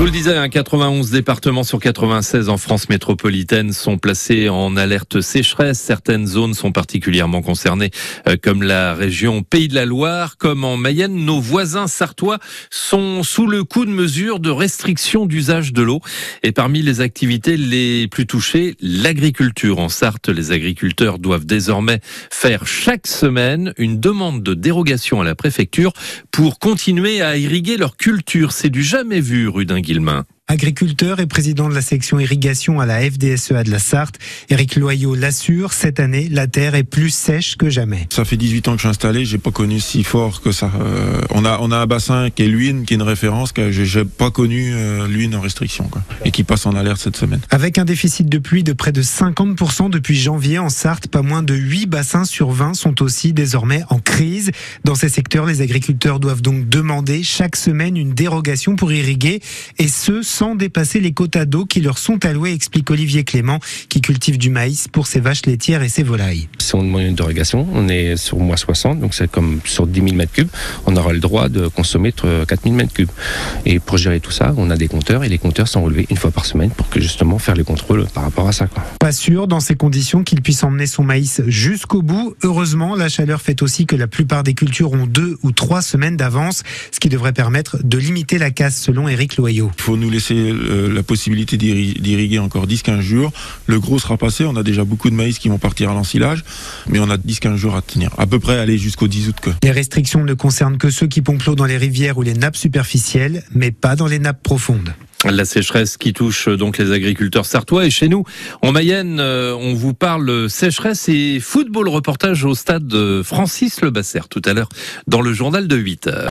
vous le disais, 91 départements sur 96 en France métropolitaine sont placés en alerte sécheresse. Certaines zones sont particulièrement concernées, comme la région Pays de la Loire, comme en Mayenne. Nos voisins sartois sont sous le coup de mesures de restriction d'usage de l'eau. Et parmi les activités les plus touchées, l'agriculture. En Sarthe, les agriculteurs doivent désormais faire chaque semaine une demande de dérogation à la préfecture pour continuer à irriguer leur culture. C'est du jamais vu, Rudin Guilmin. Agriculteur et président de la section irrigation à la FDSEA de la Sarthe, Éric Loyot l'assure, cette année, la terre est plus sèche que jamais. Ça fait 18 ans que je suis installé, j'ai pas connu si fort que ça. On a un bassin qui est l'Huisne, qui est une référence, que j'ai pas connu l'Huisne en restriction, quoi, et qui passe en alerte cette semaine. Avec un déficit de pluie de près de 50% depuis janvier en Sarthe, pas moins de 8 bassins sur 20 sont aussi désormais en crise. Dans ces secteurs, les agriculteurs doivent donc demander chaque semaine une dérogation pour irriguer, et ce, sans dépasser les quotas d'eau qui leur sont alloués, explique Olivier Clément, qui cultive du maïs pour ses vaches laitières et ses volailles. Si on demande une dérogation, on est sur moins 60, donc c'est comme sur 10 000 m3, on aura le droit de consommer 4 000 m3. Et pour gérer tout ça, on a des compteurs, et les compteurs sont relevés une fois par semaine pour que justement faire les contrôles par rapport à ça, quoi. Pas sûr, dans ces conditions, qu'il puisse emmener son maïs jusqu'au bout. Heureusement, la chaleur fait aussi que la plupart des cultures ont 2 ou 3 semaines d'avance, ce qui devrait permettre de limiter la casse, selon Éric Loyot. Il faut nous laisser la possibilité d'irriguer encore 10-15 jours. Le gros sera passé, on a déjà beaucoup de maïs qui vont partir à l'ensilage, mais on a 10-15 jours à tenir. À peu près aller jusqu'au 10 août. Les restrictions ne concernent que ceux qui pompent l'eau dans les rivières ou les nappes superficielles, mais pas dans les nappes profondes. La sécheresse qui touche donc les agriculteurs sartois. Et chez nous, en Mayenne, on vous parle sécheresse et football. Reportage au stade Francis Le Basser tout à l'heure dans le journal de 8h.